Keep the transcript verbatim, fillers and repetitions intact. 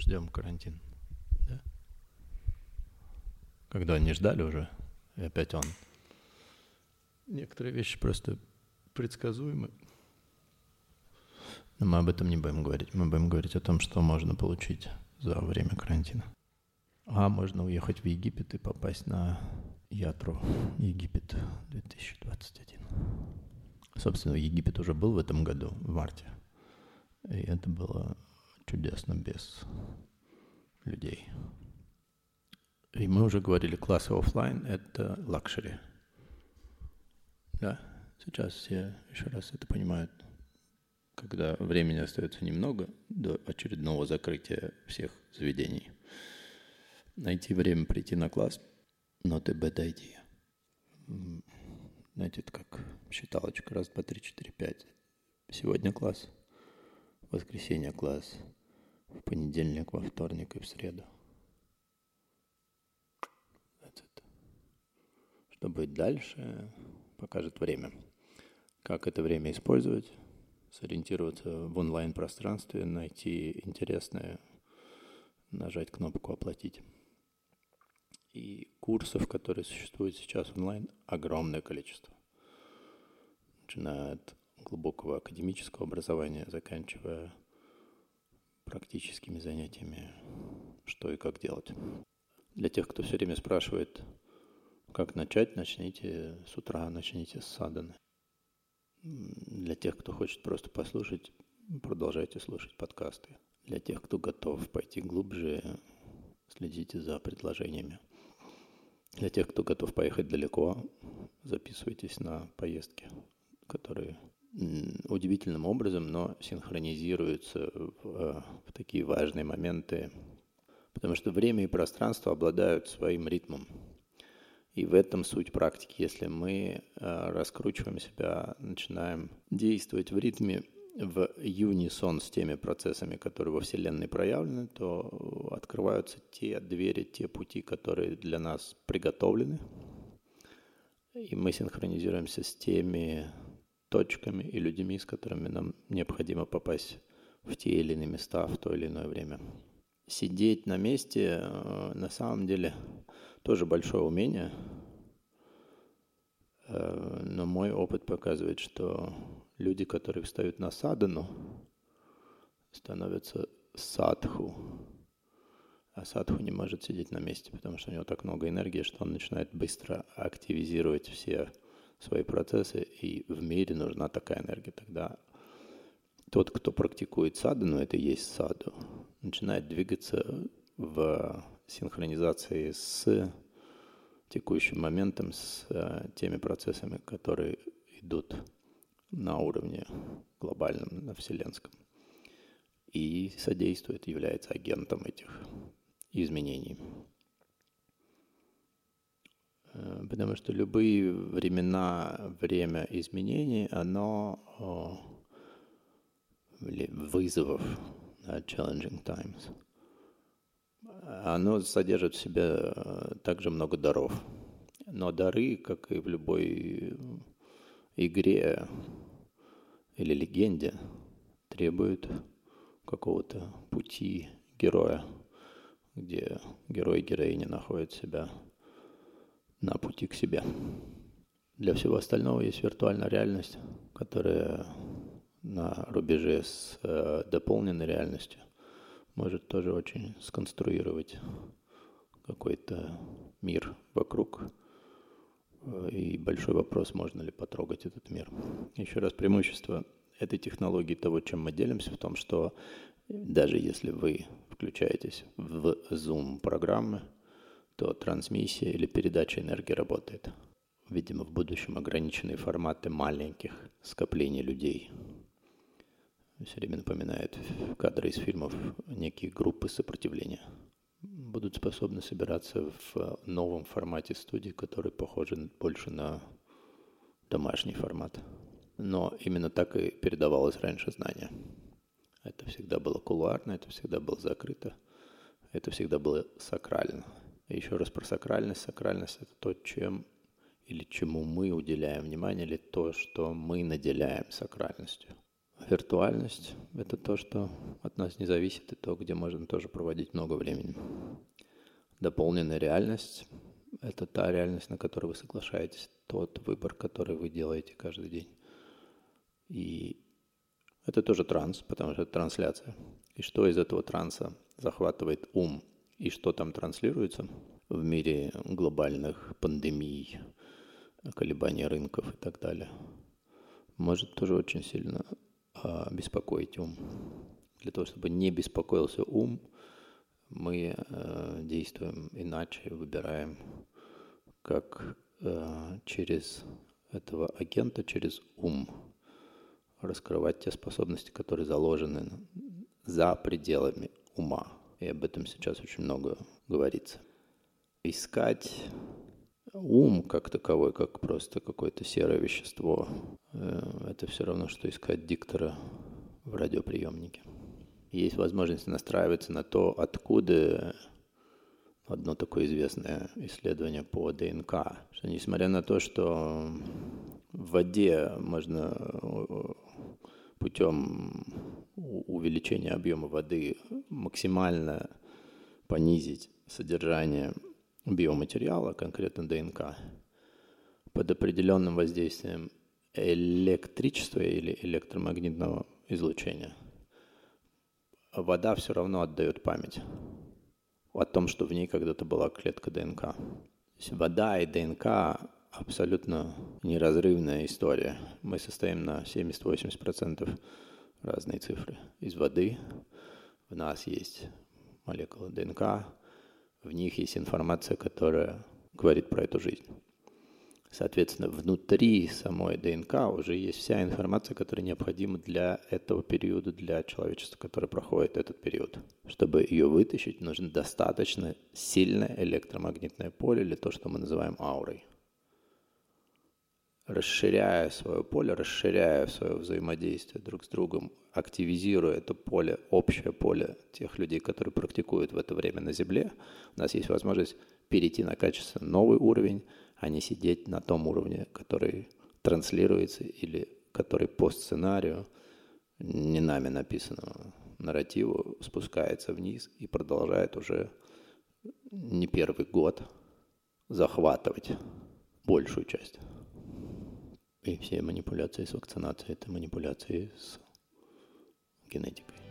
ждем карантин. Да? Когда не ждали уже, и опять он. Некоторые вещи просто предсказуемы. Но мы об этом не будем говорить. Мы будем говорить о том, что можно получить за время карантина. А можно уехать в Египет и попасть на Ятру Египет две тысячи двадцать один. Собственно, Египет уже был в этом году, в марте. И это было чудесно без людей. И мы уже говорили, классы офлайн — это лакшери. Да, сейчас все еще раз это понимают. Когда времени остается немного до очередного закрытия всех заведений. Найти время прийти на класс — not a bad idea. Знаете, это как считалочка. Раз, два, три, четыре, пять. Сегодня класс. В воскресенье класс. В понедельник, во вторник и в среду. That's it. Что будет дальше, покажет время. Как это время использовать, сориентироваться в онлайн-пространстве, найти интересное, нажать кнопку «Оплатить». И курсов, которые существуют сейчас онлайн, огромное количество. Начиная от глубокого академического образования, заканчивая практическими занятиями, что и как делать. Для тех, кто все время спрашивает, как начать, начните с утра, начните с садханы. Для тех, кто хочет просто послушать, продолжайте слушать подкасты. Для тех, кто готов пойти глубже, следите за предложениями. Для тех, кто готов поехать далеко, записывайтесь на поездки, которые удивительным образом, но синхронизируются в, в такие важные моменты, потому что время и пространство обладают своим ритмом. И в этом суть практики. Если мы раскручиваем себя, начинаем действовать в ритме, в юнисон с теми процессами, которые во Вселенной проявлены, то открываются те двери, те пути, которые для нас приготовлены. И мы синхронизируемся с теми точками и людьми, с которыми нам необходимо попасть в те или иные места в то или иное время. Сидеть на месте на самом деле тоже большое умение. Но мой опыт показывает, что люди, которые встают на садхану, становятся садху. А садху не может сидеть на месте, потому что у него так много энергии, что он начинает быстро активизировать все свои процессы, и в мире нужна такая энергия. Тогда тот, кто практикует садхану, это и есть садху, начинает двигаться в синхронизации с текущим моментом, с теми процессами, которые идут на уровне глобальном, на вселенском. И содействует, является агентом этих изменений. Потому что любые времена, время изменений, оно вызовов, challenging times, оно содержит в себе также много даров. Но дары, как и в любой игре или легенде, требуют какого-то пути героя, где герой и героиня находят себя на пути к себе. Для всего остального есть виртуальная реальность, которая на рубеже с э, дополненной реальностью может тоже очень сконструировать какой-то мир вокруг. И большой вопрос, можно ли потрогать этот мир. Еще раз, преимущество этой технологии, того, чем мы делимся, в том, что даже если вы включаетесь в Zoom-программы, то трансмиссия или передача энергии работает. Видимо, в будущем ограниченные форматы маленьких скоплений людей. Все время напоминает кадры из фильмов некие группы сопротивления. Будут способны собираться в новом формате студии, который похож больше на домашний формат. Но именно так и передавалось раньше знание. Это всегда было кулуарно, это всегда было закрыто, это всегда было сакрально. И еще раз про сакральность. Сакральность — это то, чем или чему мы уделяем внимание, или то, что мы наделяем сакральностью. виртуальность – это то, что от нас не зависит, и то, где можно тоже проводить много времени. Дополненная реальность – это та реальность, на которую вы соглашаетесь, тот выбор, который вы делаете каждый день. И это тоже транс, потому что это трансляция. И что из этого транса захватывает ум, и что там транслируется в мире глобальных пандемий, колебаний рынков и так далее, может тоже очень сильно а, беспокоить ум. Для того, чтобы не беспокоился ум, мы э, действуем иначе, выбираем, как э, через этого агента, через ум раскрывать те способности, которые заложены за пределами ума. И об этом сейчас очень много говорится. Искать ум как таковой, как просто какое-то серое вещество, э, это все равно, что искать диктора в радиоприемнике. Есть возможность настраиваться на то, откуда одно такое известное исследование по ДНК, что несмотря на то, что в воде можно путем увеличения объема воды максимально понизить содержание биоматериала, конкретно ДНК, под определенным воздействием электричества или электромагнитного излучения, вода все равно отдает память о том, что в ней когда-то была клетка ДНК. То есть вода и ДНК абсолютно неразрывная история. Мы состоим на семьдесят-восемьдесят процентов разные цифры из воды. В нас есть молекулы ДНК, в них есть информация, которая говорит про эту жизнь. Соответственно, внутри самой ДНК уже есть вся информация, которая необходима для этого периода, для человечества, которое проходит этот период. Чтобы ее вытащить, нужно достаточно сильное электромагнитное поле, или то, что мы называем аурой. Расширяя свое поле, расширяя свое взаимодействие друг с другом, активизируя это поле, общее поле тех людей, которые практикуют в это время на Земле, у нас есть возможность перейти на качественно новый уровень, а не сидеть на том уровне, который транслируется или который по сценарию, не нами написанному нарративу, спускается вниз и продолжает уже не первый год захватывать большую часть. И все манипуляции с вакцинацией – это манипуляции с генетикой.